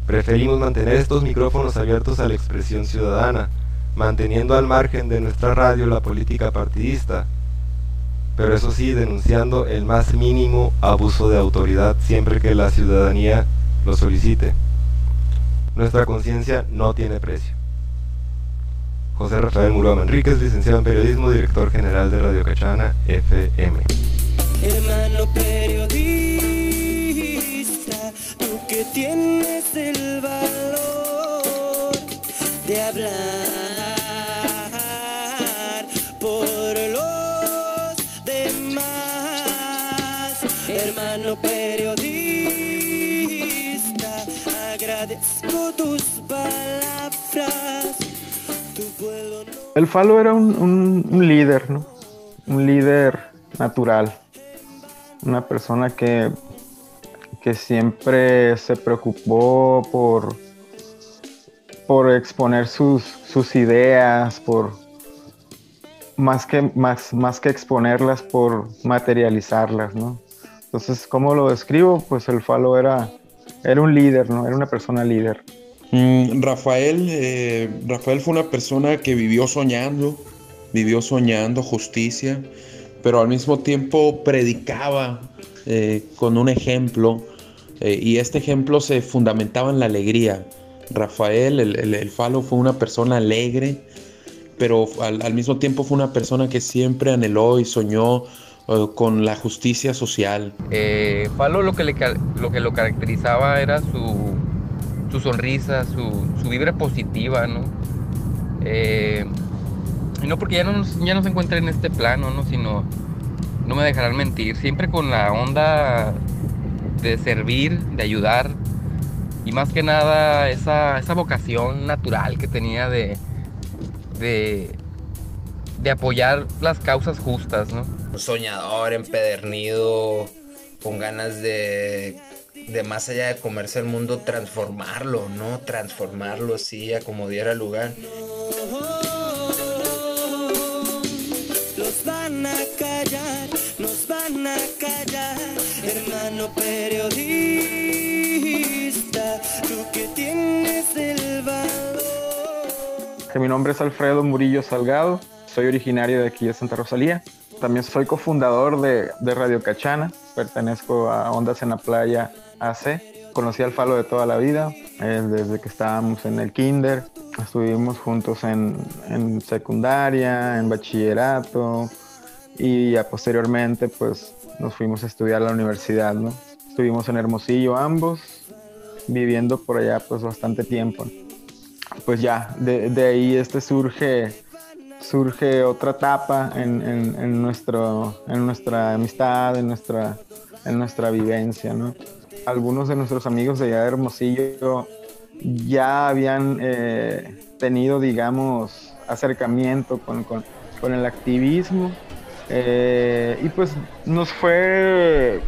Preferimos mantener estos micrófonos abiertos a la expresión ciudadana, manteniendo al margen de nuestra radio la política partidista, pero eso sí, denunciando el más mínimo abuso de autoridad siempre que la ciudadanía lo solicite. Nuestra conciencia no tiene precio. José Rafael Muro Manríquez, licenciado en Periodismo, director general de Radio Cachana FM. Hermano periodista, tú que tienes el valor de hablar por los demás. Hermano periodista, agradezco tus palabras. Tu pueblo no... El Falo era un líder, ¿no? Un líder natural. Una persona que siempre se preocupó por exponer sus ideas, por más que exponerlas, por materializarlas, ¿no? Entonces, ¿cómo lo describo? Pues el Falo era un líder, ¿no? Era una persona líder. Rafael fue una persona que vivió soñando justicia, pero al mismo tiempo predicaba con un ejemplo, y este ejemplo se fundamentaba en la alegría. Rafael, el Falo, fue una persona alegre, pero al mismo tiempo fue una persona que siempre anheló y soñó con la justicia social. Falo lo que lo caracterizaba era su sonrisa, su vibra positiva, ¿no? Y no porque ya no se encuentra en este plano, ¿no? Sino, no me dejarán mentir, siempre con la onda de servir, de ayudar, y más que nada esa vocación natural que tenía de apoyar las causas justas, ¿no? Soñador, empedernido, con ganas de más allá de comerse el mundo, transformarlo, ¿no? Transformarlo, sí, a como diera lugar. Los van a callar, nos van a callar, hermano periodista, tú que tienes el valor. Que mi nombre es Alfredo Murillo Salgado, soy originario de aquí de Santa Rosalía. También soy cofundador de Radio Cachana, pertenezco a Ondas en la Playa AC. Conocí al Falo de toda la vida, desde que estábamos en el kinder. Estuvimos juntos en secundaria, en bachillerato, y ya posteriormente pues nos fuimos a estudiar a la universidad, ¿no? Estuvimos en Hermosillo ambos, viviendo por allá pues bastante tiempo. Pues ya, de ahí surge otra etapa en nuestra amistad, en nuestra vivencia, ¿no? Algunos de nuestros amigos de allá de Hermosillo ya habían tenido, digamos, acercamiento con el activismo, y pues nos fue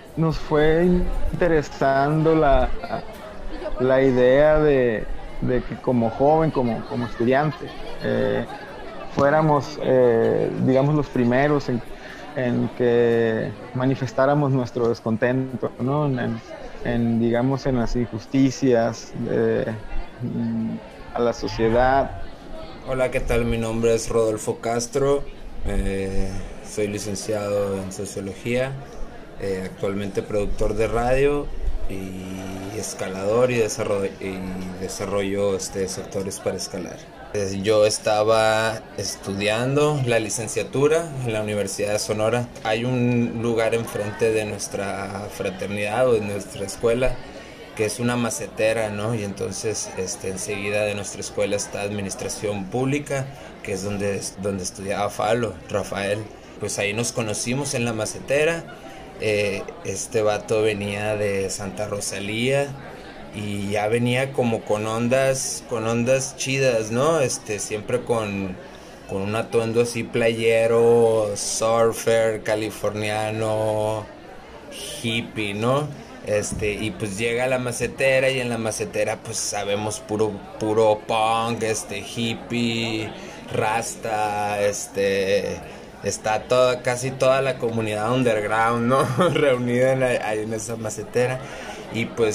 interesando la idea de que como joven, como estudiante, fuéramos, digamos, los primeros en que manifestáramos nuestro descontento, ¿no? Digamos, en las injusticias a la sociedad. Hola, ¿qué tal? Mi nombre es Rodolfo Castro, soy licenciado en Sociología, actualmente productor de radio y escalador, y desarrollo sectores para escalar. Yo estaba estudiando la licenciatura en la Universidad de Sonora. Hay un lugar enfrente de nuestra fraternidad o de nuestra escuela que es una macetera, ¿no? Y entonces enseguida de nuestra escuela está Administración Pública, que es donde estudiaba Falo, Rafael. Pues ahí nos conocimos en la macetera. Este vato venía de Santa Rosalía y ya venía como con ondas chidas, ¿no? Siempre con un atuendo así playero, surfer, californiano, hippie, ¿no? Y pues llega a la macetera, y en la macetera pues sabemos puro punk, hippie, rasta, está casi toda la comunidad underground, ¿no? Reunida ahí en esa macetera. Y pues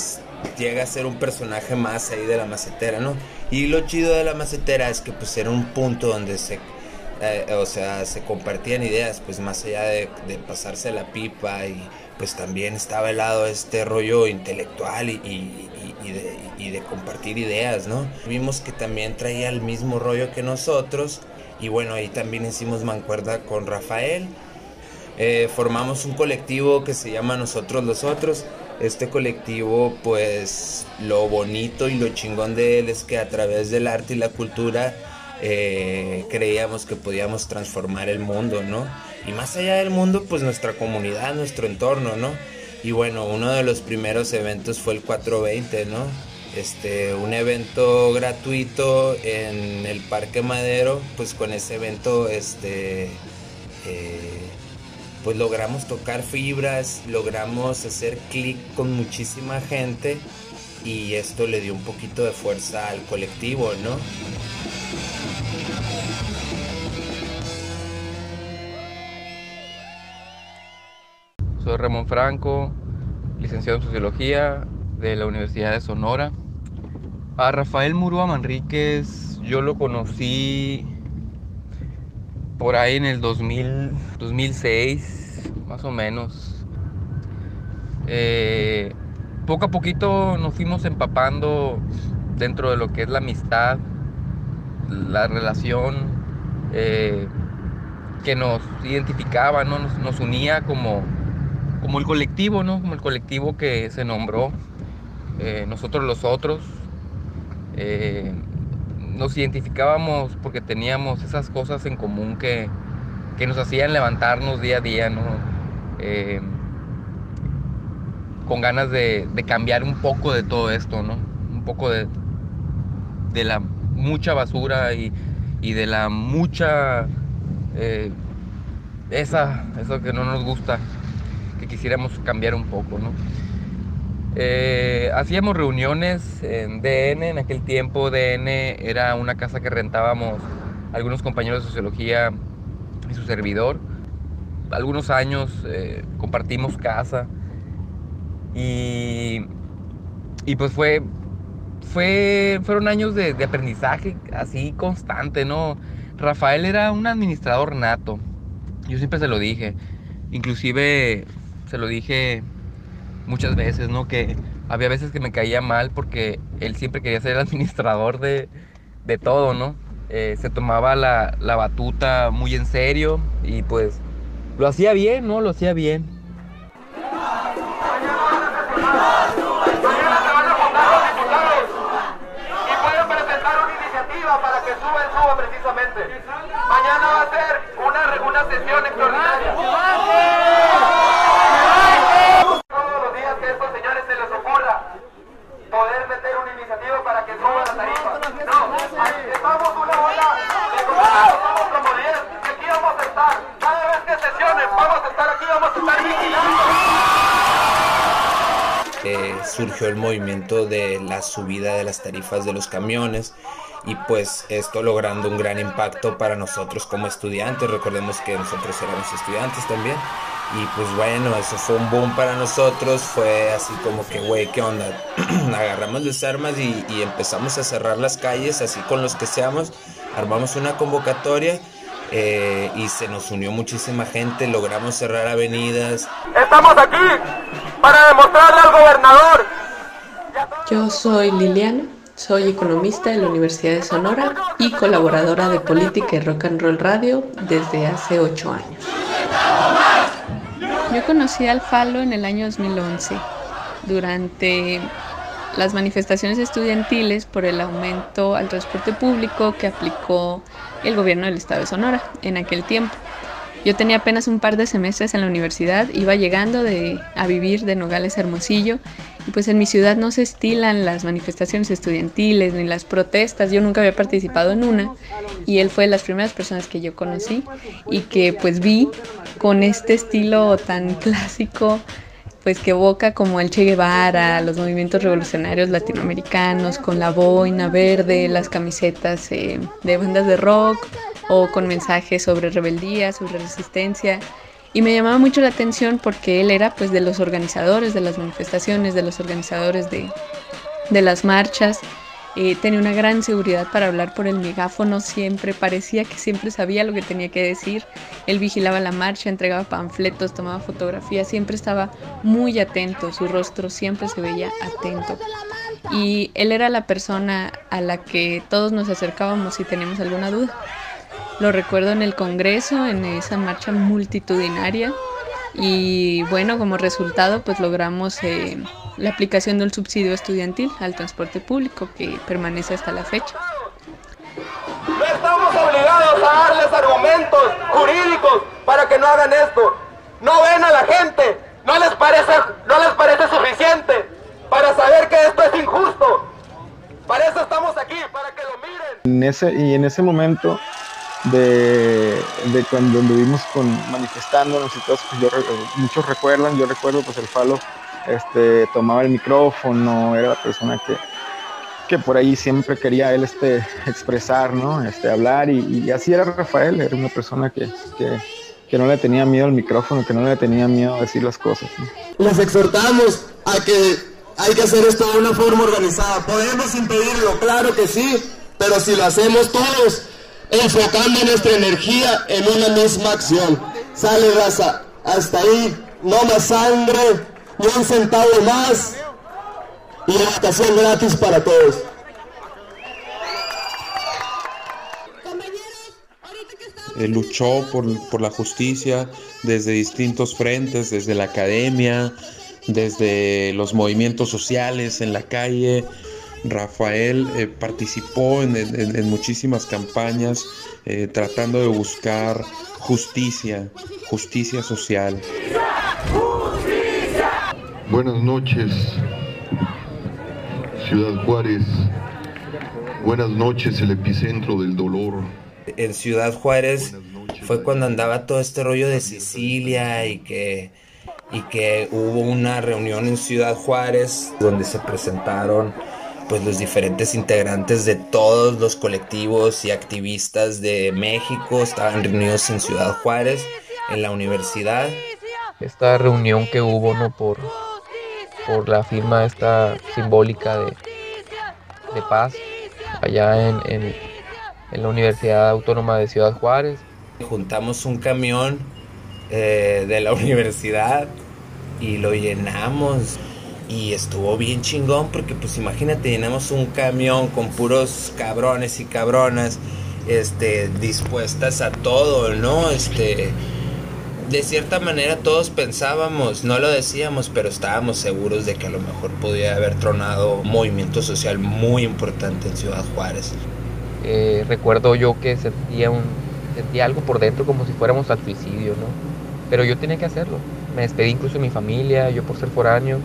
llega a ser un personaje más ahí de la macetera, ¿no? Y lo chido de la macetera es que pues era un punto donde se compartían ideas, pues más allá de pasarse la pipa, y pues también estaba el lado este rollo intelectual y de compartir ideas, ¿no? Vimos que también traía el mismo rollo que nosotros, y bueno, ahí también hicimos mancuerna con Rafael. Formamos un colectivo que se llama Nosotros los Otros. Este colectivo, pues lo bonito y lo chingón de él es que a través del arte y la cultura creíamos que podíamos transformar el mundo, ¿no? Y más allá del mundo, pues nuestra comunidad, nuestro entorno, ¿no? Y bueno, uno de los primeros eventos fue el 420, ¿no? Un evento gratuito en el Parque Madero. Pues con ese evento, pues logramos tocar fibras, logramos hacer clic con muchísima gente, y esto le dio un poquito de fuerza al colectivo, ¿no? Soy Ramón Franco, licenciado en Sociología de la Universidad de Sonora. A Rafael Murúa Manríquez yo lo conocí por ahí en el 2006, más o menos. Poco a poquito nos fuimos empapando dentro de lo que es la amistad, la relación que nos identificaba, ¿no? Nos unía como el colectivo, ¿no? Como el colectivo que se nombró, Nosotros los Otros. Nos identificábamos porque teníamos esas cosas en común que nos hacían levantarnos día a día, ¿no? Con ganas de cambiar un poco de todo esto, ¿no? Un poco de la mucha basura y de la mucha eso que no nos gusta, que quisiéramos cambiar un poco, ¿no? Hacíamos reuniones en DN. En aquel tiempo DN era una casa que rentábamos algunos compañeros de sociología y su servidor. Algunos años compartimos casa, y pues fueron años de aprendizaje así constante, ¿no? Rafael era un administrador nato, yo siempre se lo dije, inclusive se lo dije muchas veces, ¿no? Que había veces que me caía mal porque él siempre quería ser el administrador de todo, ¿no? Se tomaba la batuta muy en serio, y pues lo hacía bien, ¿no? Lo hacía bien. Para que suba precisamente. Mañana va a ser una sesión extraordinaria. Todos los días que a estos señores se les ocurra poder meter una iniciativa para que suba la tarifa. No, estamos una ola de comunidad, somos como 10, y aquí vamos a estar. Cada vez que sesiones, vamos a estar aquí, vamos a estar vigilando. Surgió el movimiento de la subida de las tarifas de los camiones, y pues esto logrando un gran impacto para nosotros como estudiantes. Recordemos que nosotros éramos estudiantes también, y pues bueno, eso fue un boom para nosotros. Fue así como que, güey, ¿qué onda? Agarramos las armas y empezamos a cerrar las calles, así con los que seamos. Armamos una convocatoria, y se nos unió muchísima gente, logramos cerrar avenidas. Estamos aquí para demostrarle al gobernador. Yo soy Liliana, soy economista de la Universidad de Sonora y colaboradora de Política y Rock and Roll Radio desde hace 8 años. Yo conocí al Falo en el año 2011, durante las manifestaciones estudiantiles por el aumento al transporte público que aplicó el gobierno del estado de Sonora en aquel tiempo. Yo tenía apenas un par de semestres en la universidad, iba llegando a vivir de Nogales a Hermosillo, y pues en mi ciudad no se estilan las manifestaciones estudiantiles ni las protestas. Yo nunca había participado en una, y él fue de las primeras personas que yo conocí y que pues vi con este estilo tan clásico, pues que evoca como el Che Guevara, los movimientos revolucionarios latinoamericanos, con la boina verde, las camisetas de bandas de rock, o con mensajes sobre rebeldía, sobre resistencia. Y me llamaba mucho la atención porque él era pues de los organizadores de las manifestaciones, de los organizadores de las marchas. Tenía una gran seguridad para hablar por el megáfono, siempre parecía que siempre sabía lo que tenía que decir. Él vigilaba la marcha, entregaba panfletos, tomaba fotografías, siempre estaba muy atento, su rostro siempre se veía atento. Y él era la persona a la que todos nos acercábamos si teníamos alguna duda. Lo recuerdo en el Congreso, en esa marcha multitudinaria, y bueno, como resultado pues logramos la aplicación del subsidio estudiantil al transporte público, que permanece hasta la fecha. No estamos obligados a darles argumentos jurídicos para que no hagan esto. No ven a la gente, no les parece suficiente para saber que esto es injusto. Para eso estamos aquí, para que lo miren. En ese momento de cuando anduvimos manifestándonos y todo, pues muchos recuerdan, yo recuerdo pues el Falo tomaba el micrófono, era la persona que por ahí siempre quería él expresar, ¿no? Hablar, y así era Rafael, era una persona que no le tenía miedo al micrófono, que no le tenía miedo a decir las cosas, ¿no? Les exhortamos a que hay que hacer esto de una forma organizada. ¿Podemos impedirlo? Claro que sí, pero si lo hacemos todos, enfocando nuestra energía en una misma acción. Sale, raza, hasta ahí, no más sangre, ni un centavo más, y educación gratis para todos. Luchó por la justicia desde distintos frentes, desde la academia, desde los movimientos sociales en la calle. Rafael participó en muchísimas campañas tratando de buscar justicia social. Buenas noches, Ciudad Juárez. Buenas noches, el epicentro del dolor. En Ciudad Juárez fue cuando andaba todo este rollo de Sicilia y que hubo una reunión en Ciudad Juárez donde se presentaron pues los diferentes integrantes de todos los colectivos y activistas de México. Estaban reunidos en Ciudad Juárez, en la universidad. Esta reunión que hubo, ¿no? por la firma esta simbólica de paz allá en la Universidad Autónoma de Ciudad Juárez. Juntamos un camión de la universidad y lo llenamos. Y estuvo bien chingón porque pues imagínate, llenamos un camión con puros cabrones y cabronas dispuestas a todo, ¿no? De cierta manera todos pensábamos, no lo decíamos, pero estábamos seguros de que a lo mejor podía haber tronado un movimiento social muy importante en Ciudad Juárez. Recuerdo yo que sentía algo por dentro como si fuéramos al suicidio, ¿no? Pero yo tenía que hacerlo. Me despedí incluso de mi familia, yo por ser foráneo.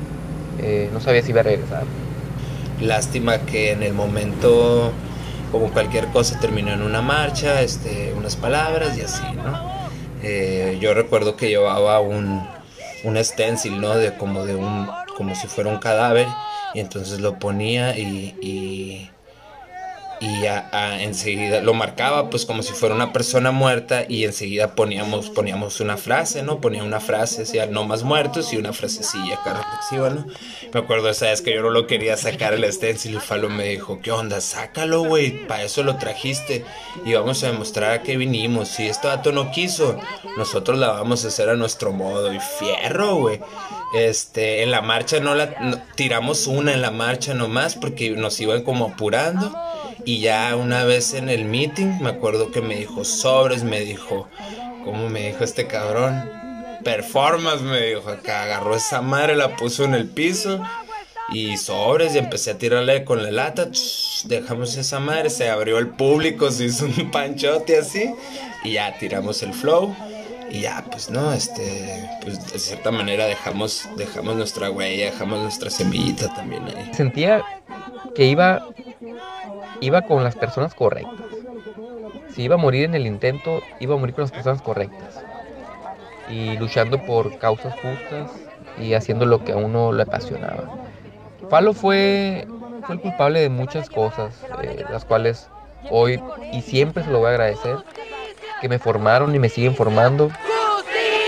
No sabía si iba a regresar. Lástima que en el momento, como cualquier cosa, terminó en una marcha, unas palabras y así, ¿no? Yo recuerdo que llevaba un stencil, ¿no? Como si fuera un cadáver, y entonces lo ponía y enseguida lo marcaba pues como si fuera una persona muerta, y enseguida poníamos una frase, ¿no? Ponía una frase, decía no más muertos, y una frasecilla acá reflexiva, ¿no? Me acuerdo esa vez que yo no lo quería sacar el stencil, y Falo me dijo, ¿qué onda? Sácalo, güey, para eso lo trajiste y vamos a demostrar a qué vinimos. Si este vato no quiso, nosotros la vamos a hacer a nuestro modo. Y fierro, güey. En la marcha tiramos una en la marcha nomás porque nos iban como apurando. Y ya una vez en el meeting, me acuerdo que me dijo sobres, me dijo, ¿cómo me dijo este cabrón? Performance, me dijo, acá agarró esa madre, la puso en el piso y sobres, y empecé a tirarle con la lata, dejamos esa madre, se abrió el público, se hizo un panchote así, y ya tiramos el flow, y ya, pues no, pues de cierta manera dejamos nuestra huella, dejamos nuestra semillita también ahí. Sentía que iba con las personas correctas. Si iba a morir en el intento, iba a morir con las personas correctas. Y luchando por causas justas y haciendo lo que a uno le apasionaba. Falo fue el culpable de muchas cosas, las cuales hoy y siempre se lo voy a agradecer, que me formaron y me siguen formando.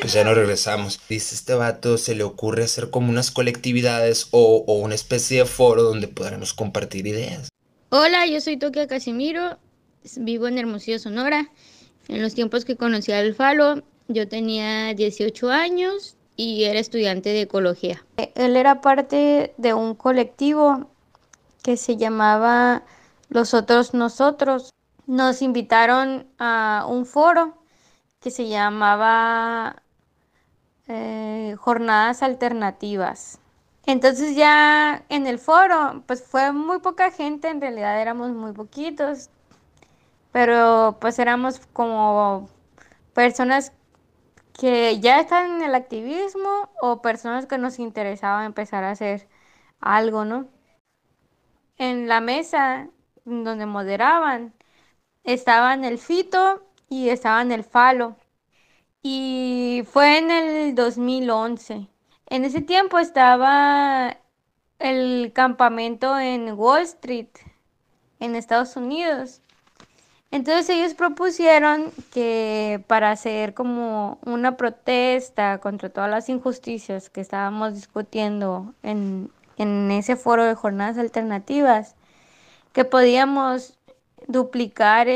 pues ya no regresamos. Dice este vato, se le ocurre hacer como unas colectividades o una especie de foro donde podremos compartir ideas. Hola, yo soy Tokia Casimiro, vivo en Hermosillo, Sonora. En los tiempos que conocí al Falo, yo tenía 18 años y era estudiante de ecología. Él era parte de un colectivo que se llamaba Los Otros Nosotros. Nos invitaron a un foro que se llamaba Jornadas Alternativas. Entonces ya en el foro, pues fue muy poca gente, en realidad éramos muy poquitos, pero pues éramos como personas que ya están en el activismo o personas que nos interesaba empezar a hacer algo, ¿no? En la mesa donde moderaban estaban el Fito y estaban el Falo. Y fue en el 2011. En ese tiempo estaba el campamento en Wall Street, en Estados Unidos. Entonces ellos propusieron que para hacer como una protesta contra todas las injusticias que estábamos discutiendo en ese foro de jornadas alternativas, que podíamos duplicar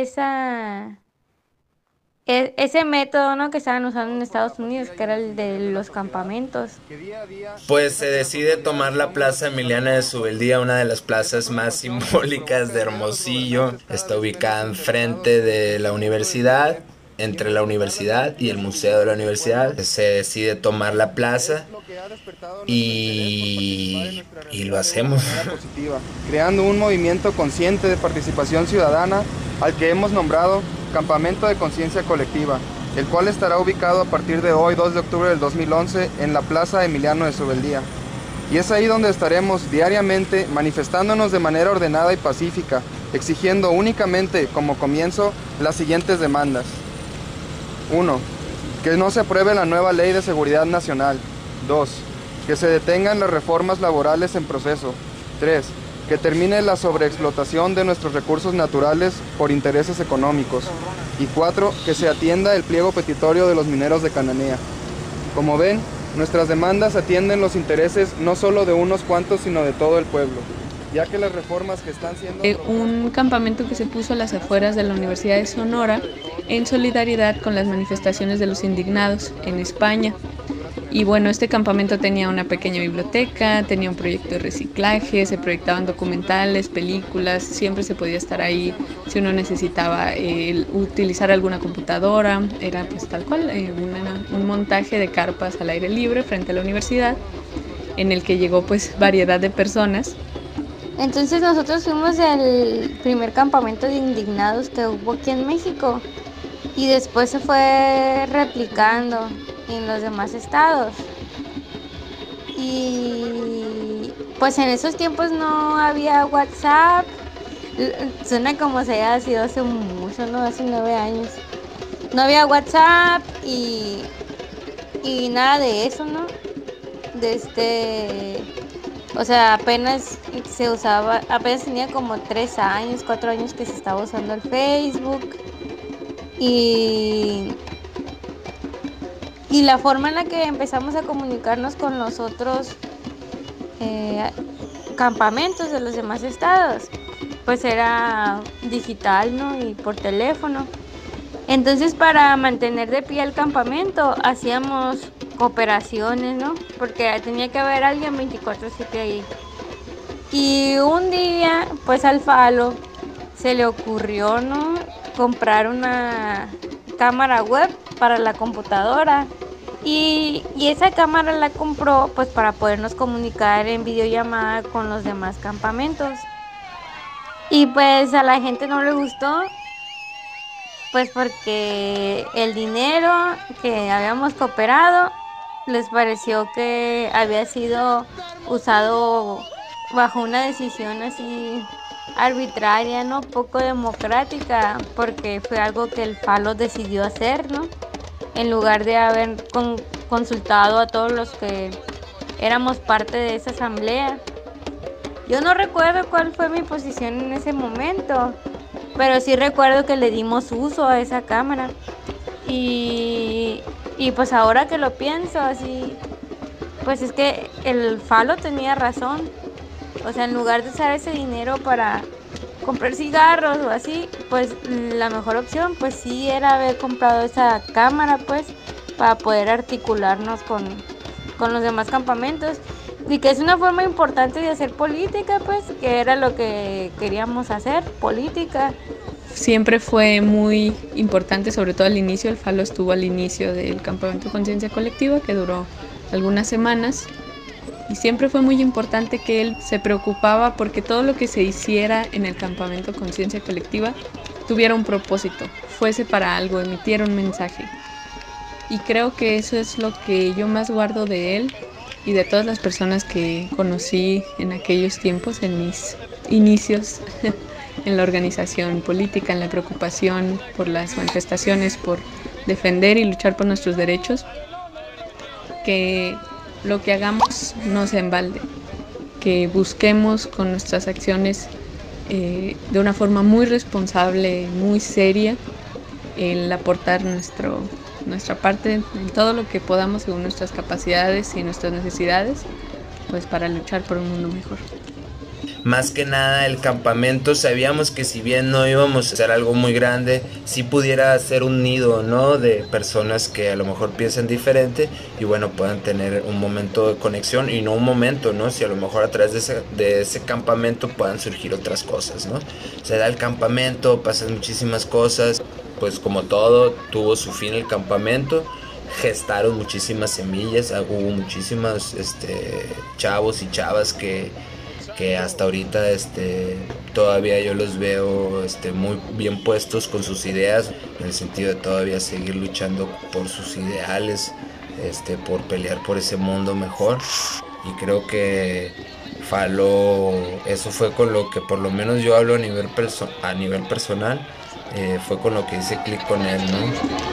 ese método, ¿no?, que estaban usando en Estados Unidos, que era el de los campamentos. Pues se decide tomar la Plaza Emiliana de Subeldía, una de las plazas más simbólicas de Hermosillo. Está ubicada enfrente de la universidad, entre la universidad y el museo de la universidad. Se decide tomar la plaza y lo hacemos. Creando un movimiento consciente de participación ciudadana al que hemos nombrado Campamento de Conciencia Colectiva, el cual estará ubicado a partir de hoy, 2 de octubre del 2011, en la Plaza Emiliano de Subeldía. Y es ahí donde estaremos diariamente manifestándonos de manera ordenada y pacífica, exigiendo únicamente como comienzo las siguientes demandas. 1. Que no se apruebe la nueva Ley de Seguridad Nacional. 2. Que se detengan las reformas laborales en proceso. 3. Que termine la sobreexplotación de nuestros recursos naturales por intereses económicos. Y 4. Que se atienda el pliego petitorio de los mineros de Cananea. Como ven, nuestras demandas atienden los intereses no solo de unos cuantos, sino de todo el pueblo, ya que las reformas que están siendo... Un campamento que se puso a las afueras de la Universidad de Sonora en solidaridad con las manifestaciones de los indignados en España. Y bueno, este campamento tenía una pequeña biblioteca, tenía un proyecto de reciclaje, se proyectaban documentales, películas, siempre se podía estar ahí si uno necesitaba utilizar alguna computadora. Era pues tal cual, un montaje de carpas al aire libre frente a la universidad, en el que llegó pues variedad de personas. Entonces nosotros fuimos el primer campamento de indignados que hubo aquí en México y después se fue replicando en los demás estados. Y pues en esos tiempos no había WhatsApp. Suena como si haya sido hace mucho, ¿no? Hace 9 años. No había WhatsApp y nada de eso, ¿no? O sea, apenas se usaba, apenas tenía como 3 años, 4 años que se estaba usando el Facebook. Y la forma en la que empezamos a comunicarnos con los otros campamentos de los demás estados, pues era digital, ¿no? Y por teléfono. Entonces, para mantener de pie el campamento, hacíamos cooperaciones, ¿no? Porque tenía que haber alguien 24/7 ahí. Y un día, pues al Falo se le ocurrió, ¿no?, comprar una cámara web para la computadora. Y esa cámara la compró pues para podernos comunicar en videollamada con los demás campamentos. Y pues a la gente no le gustó, pues porque el dinero que habíamos cooperado les pareció que había sido usado bajo una decisión así arbitraria, ¿no?, poco democrática, porque fue algo que el Falo decidió hacer, ¿no?, en lugar de haber consultado a todos los que éramos parte de esa asamblea. Yo no recuerdo cuál fue mi posición en ese momento, pero sí recuerdo que le dimos uso a esa cámara. Y Y pues ahora que lo pienso así, pues es que el Falo tenía razón. O sea, en lugar de usar ese dinero para comprar cigarros o así, pues la mejor opción pues sí era haber comprado esa cámara, pues, para poder articularnos con los demás campamentos. Y que es una forma importante de hacer política, pues, que era lo que queríamos hacer, política. Siempre fue muy importante, sobre todo al inicio. El Falo estuvo al inicio del campamento de conciencia colectiva, que duró algunas semanas, y siempre fue muy importante que él se preocupaba porque todo lo que se hiciera en el campamento conciencia colectiva tuviera un propósito, fuese para algo, emitiera un mensaje. Y creo que eso es lo que yo más guardo de él y de todas las personas que conocí en aquellos tiempos, en mis inicios en la organización política, en la preocupación por las manifestaciones, por defender y luchar por nuestros derechos, que lo que hagamos no sea en balde, que busquemos con nuestras acciones de una forma muy responsable, muy seria, el aportar nuestra parte en todo lo que podamos según nuestras capacidades y nuestras necesidades, pues para luchar por un mundo mejor. Más que nada el campamento, sabíamos que si bien no íbamos a hacer algo muy grande, sí pudiera ser un nido, ¿no?, de personas que a lo mejor piensan diferente y bueno, puedan tener un momento de conexión, y no un momento, ¿no?, si a lo mejor a través de ese campamento puedan surgir otras cosas, ¿no? Se da el campamento, pasan muchísimas cosas, pues como todo, tuvo su fin el campamento. Gestaron muchísimas semillas, hubo muchísimas chavos y chavas que hasta ahorita todavía yo los veo muy bien puestos con sus ideas, en el sentido de todavía seguir luchando por sus ideales, por pelear por ese mundo mejor. Y creo que Falo, eso fue con lo que por lo menos yo hablo a nivel personal, fue con lo que hice clic con él, ¿no?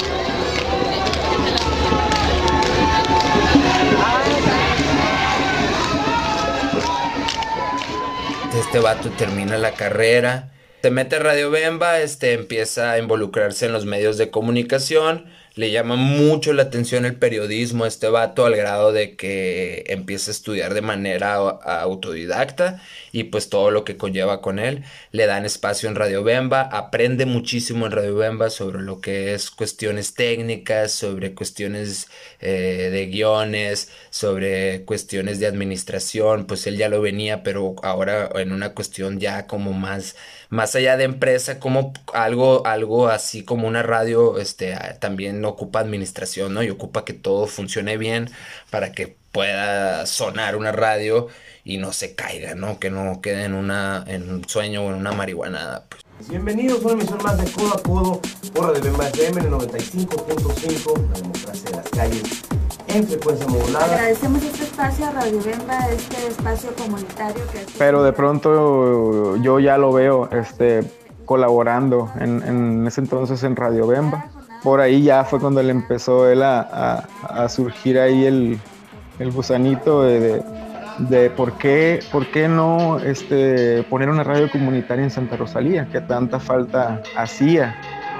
Este vato termina la carrera, se mete a Radio Bemba, empieza a involucrarse en los medios de comunicación, le llama mucho la atención el periodismo a este vato, al grado de que empieza a estudiar de manera autodidacta y pues todo lo que conlleva con él. Le dan espacio en Radio Bemba, aprende muchísimo en Radio Bemba sobre lo que es cuestiones técnicas, sobre cuestiones de guiones, sobre cuestiones de administración. Pues él ya lo venía, pero ahora en una cuestión ya como más allá de empresa, como algo así como una radio, también ocupa administración, ¿no? Y ocupa que todo funcione bien para que pueda sonar una radio y no se caiga, ¿no? Que no quede en un sueño o en una marihuanada, pues. Bienvenidos a una emisión más de Codo a Codo por Radio Bemba FM en el 95.5, la democracia de las calles en frecuencia modulada. Agradecemos este espacio a Radio Bemba, este espacio comunitario que... Pero de pronto yo ya lo veo colaborando en ese entonces en Radio Bemba. Por ahí ya fue cuando le empezó él a surgir ahí el gusanito de por qué no poner una radio comunitaria en Santa Rosalía, que tanta falta hacía.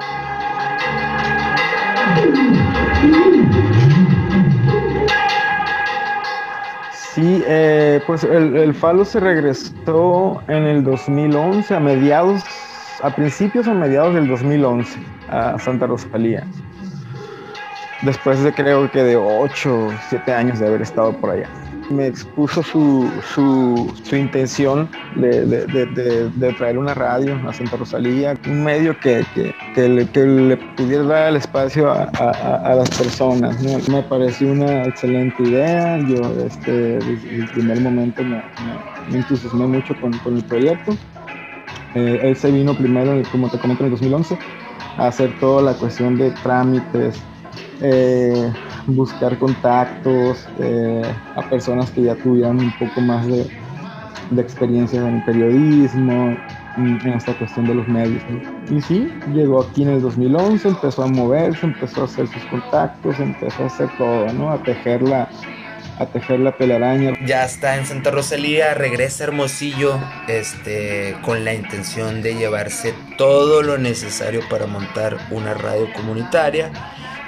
Sí, pues el Falo se regresó en el 2011, a principios o mediados del 2011 a Santa Rosalía. Después de creo que de 8 o 7 años de haber estado por allá. Me expuso su intención de traer una radio a Santa Rosalía, un medio que le pudiera dar el espacio a las personas, ¿no? Me pareció una excelente idea. Yo desde el primer momento me entusiasmé mucho con el proyecto. Él se vino primero, como te comento, en el 2011 a hacer toda la cuestión de trámites, buscar contactos a personas que ya tuvieran un poco más de experiencia en el periodismo, en esta cuestión de los medios, ¿no? Y sí, llegó aquí en el 2011, empezó a moverse, empezó a hacer sus contactos, empezó a hacer todo, ¿no? A tejer la telaraña. Ya está en Santa Rosalía, regresa a Hermosillo, con la intención de llevarse todo lo necesario para montar una radio comunitaria.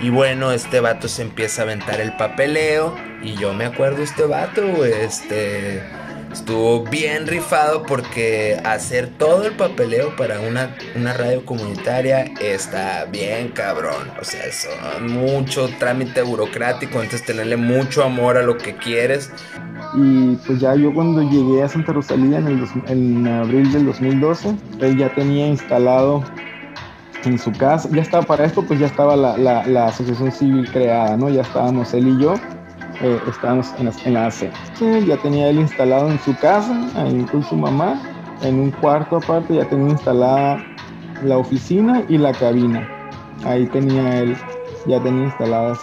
Y bueno, este vato se empieza a aventar el papeleo. Y yo me acuerdo este vato, güey. Estuvo bien rifado porque hacer todo el papeleo para una radio comunitaria está bien cabrón. O sea, son mucho trámite burocrático, entonces tenerle mucho amor a lo que quieres. Y pues ya yo cuando llegué a Santa Rosalía en abril del 2012, él ya tenía instalado en su casa, ya estaba para esto, pues ya estaba la asociación civil creada, ¿no? Ya estábamos él y yo, estábamos en la AC. Ya tenía él instalado en su casa, ahí con su mamá, en un cuarto aparte, ya tenía instalada la oficina y la cabina. Ahí tenía él, ya tenía instalada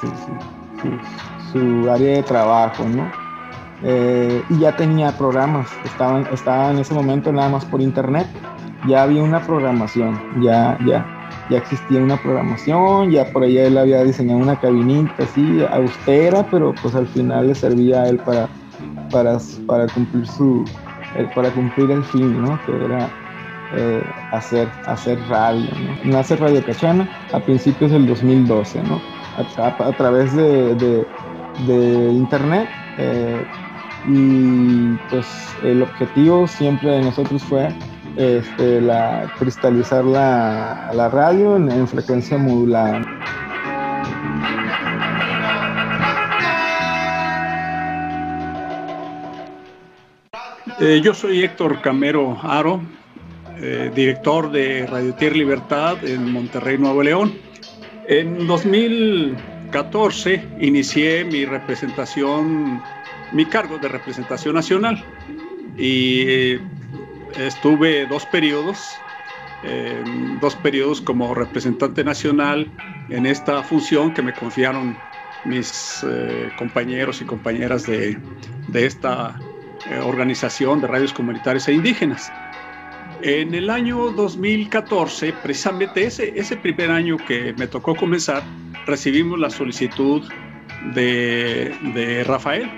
su área de trabajo, ¿no? Y ya tenía programas, estaba en ese momento nada más por internet, ya había una programación, ya existía una programación, ya por ahí él había diseñado una cabinita así austera, pero pues al final le servía a él para cumplir el fin, ¿no? Que era hacer radio, ¿no? Nace Radio Cachana a principios del 2012, ¿no? A través de internet. Y pues el objetivo siempre de nosotros fue cristalizar la radio en frecuencia modulada. Yo soy Héctor Camero Aro, director de Radio Tierra Libertad en Monterrey, Nuevo León. En 2014 inicié mi cargo de representación nacional y estuve dos periodos como representante nacional en esta función que me confiaron mis compañeros y compañeras de esta organización de radios comunitarias e indígenas. En el año 2014, precisamente ese primer año que me tocó comenzar, recibimos la solicitud de Rafael.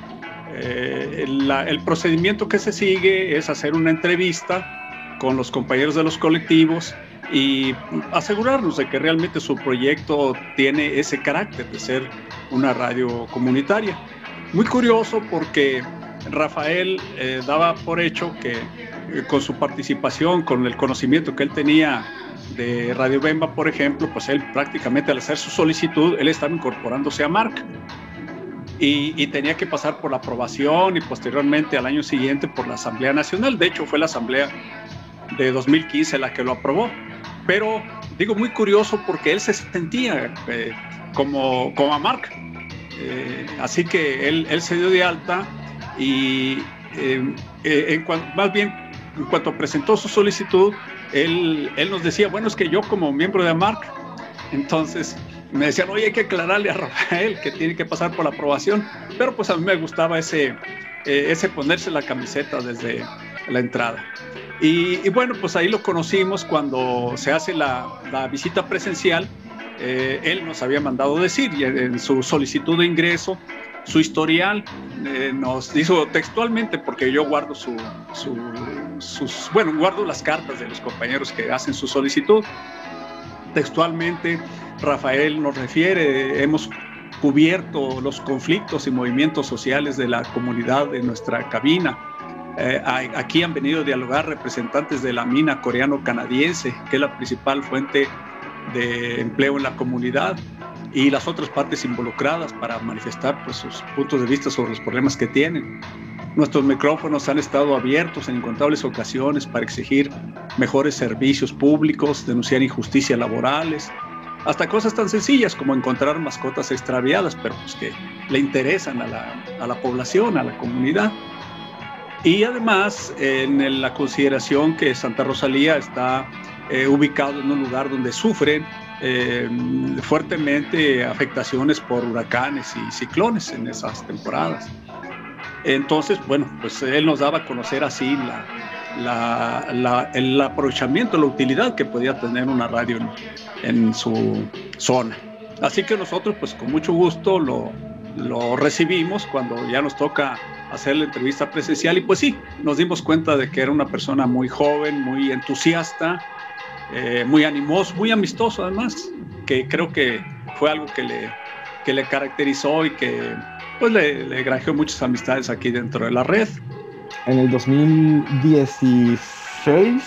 El procedimiento que se sigue es hacer una entrevista con los compañeros de los colectivos y asegurarnos de que realmente su proyecto tiene ese carácter de ser una radio comunitaria. Muy curioso porque Rafael daba por hecho que con su participación, con el conocimiento que él tenía de Radio Bemba, por ejemplo, pues él prácticamente al hacer su solicitud, él estaba incorporándose a MARC. Y tenía que pasar por la aprobación y posteriormente al año siguiente por la Asamblea Nacional. De hecho, fue la Asamblea de 2015 la que lo aprobó. Pero digo, muy curioso porque él se sentía como a MARC. Así que él se dio de alta y más bien en cuanto presentó su solicitud, él nos decía, bueno, es que yo como miembro de MARC, entonces me decían, oye, hay que aclararle a Rafael que tiene que pasar por la aprobación, pero pues a mí me gustaba ese ponerse la camiseta desde la entrada. Y bueno, pues ahí lo conocimos cuando se hace la visita presencial. Él nos había mandado decir, y en su solicitud de ingreso, su historial, nos dijo textualmente, porque yo guardo guardo las cartas de los compañeros que hacen su solicitud. Textualmente, Rafael nos refiere, hemos cubierto los conflictos y movimientos sociales de la comunidad de nuestra cabina. Aquí han venido a dialogar representantes de la mina coreano-canadiense, que es la principal fuente de empleo en la comunidad, y las otras partes involucradas para manifestar pues, sus puntos de vista sobre los problemas que tienen. Nuestros micrófonos han estado abiertos en incontables ocasiones para exigir mejores servicios públicos, denunciar injusticias laborales, hasta cosas tan sencillas como encontrar mascotas extraviadas, pero pues que le interesan a la población, a la comunidad. Y además, en la consideración que Santa Rosalía está ubicado en un lugar donde sufren fuertemente afectaciones por huracanes y ciclones en esas temporadas. Entonces, bueno, pues él nos daba a conocer así el aprovechamiento, la utilidad que podía tener una radio en su zona. Así que nosotros, pues con mucho gusto lo recibimos cuando ya nos toca hacer la entrevista presencial, y pues sí, nos dimos cuenta de que era una persona muy joven, muy entusiasta, muy animoso, muy amistoso además, que creo que fue algo que le caracterizó y que pues le granjeó muchas amistades aquí dentro de la red. En el 2016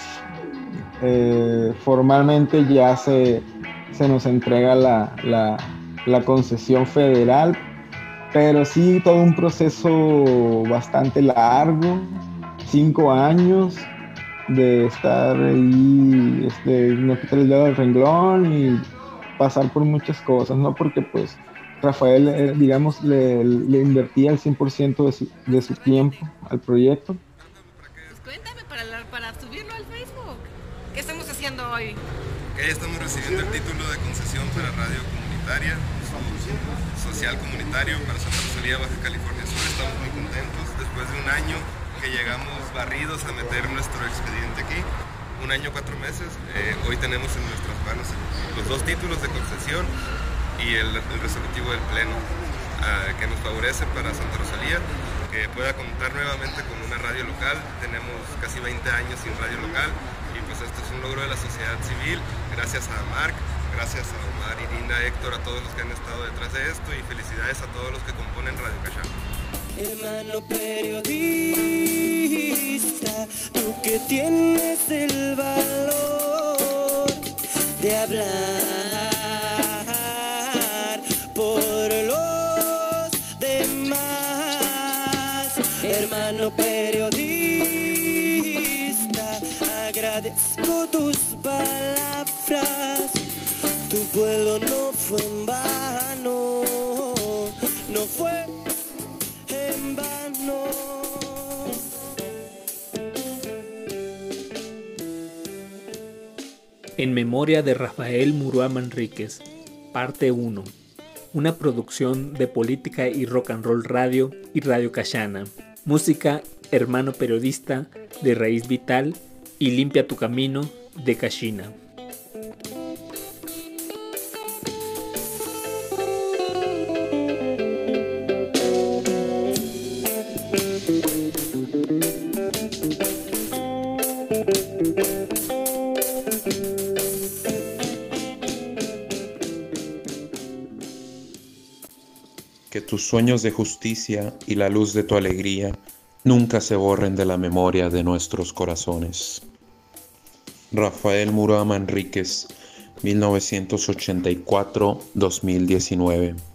formalmente ya se nos entrega la concesión federal, pero sí todo un proceso bastante largo, 5 años de estar ahí, no quitarle el dedo al renglón y pasar por muchas cosas, ¿no? Porque pues Rafael, digamos, le invertía el 100% de su tiempo al proyecto. Pues cuéntame para subirlo al Facebook. ¿Qué estamos haciendo hoy? Okay, estamos recibiendo el título de concesión para radio comunitaria, social comunitario para Santa Rosalía, Baja California Sur. Estamos muy contentos después de un año que llegamos barridos a meter nuestro expediente aquí. 1 año 4 meses. Hoy tenemos en nuestras manos los 2 títulos de concesión y el resolutivo del Pleno que nos favorece para Santa Rosalía, que pueda contar nuevamente con una radio local. Tenemos casi 20 años sin radio local y pues esto es un logro de la sociedad civil, gracias a Marc, gracias a Omar, Irina, Héctor, a todos los que han estado detrás de esto, y felicidades a todos los que componen Radio Cachana. Hermano periodista, tú que tienes el valor de hablar por los demás. Hermano periodista, agradezco tus palabras. Tu pueblo no fue en vano, no fue en vano. En memoria de Rafael Murúa Manríquez, parte 1. Una producción de Política y Rock and Roll Radio y Radio Cachana. Música Hermano Periodista de Raíz Vital y Limpia tu Camino de Cachina. Que tus sueños de justicia y la luz de tu alegría nunca se borren de la memoria de nuestros corazones. Rafael Murúa Manríquez, 1984-2019.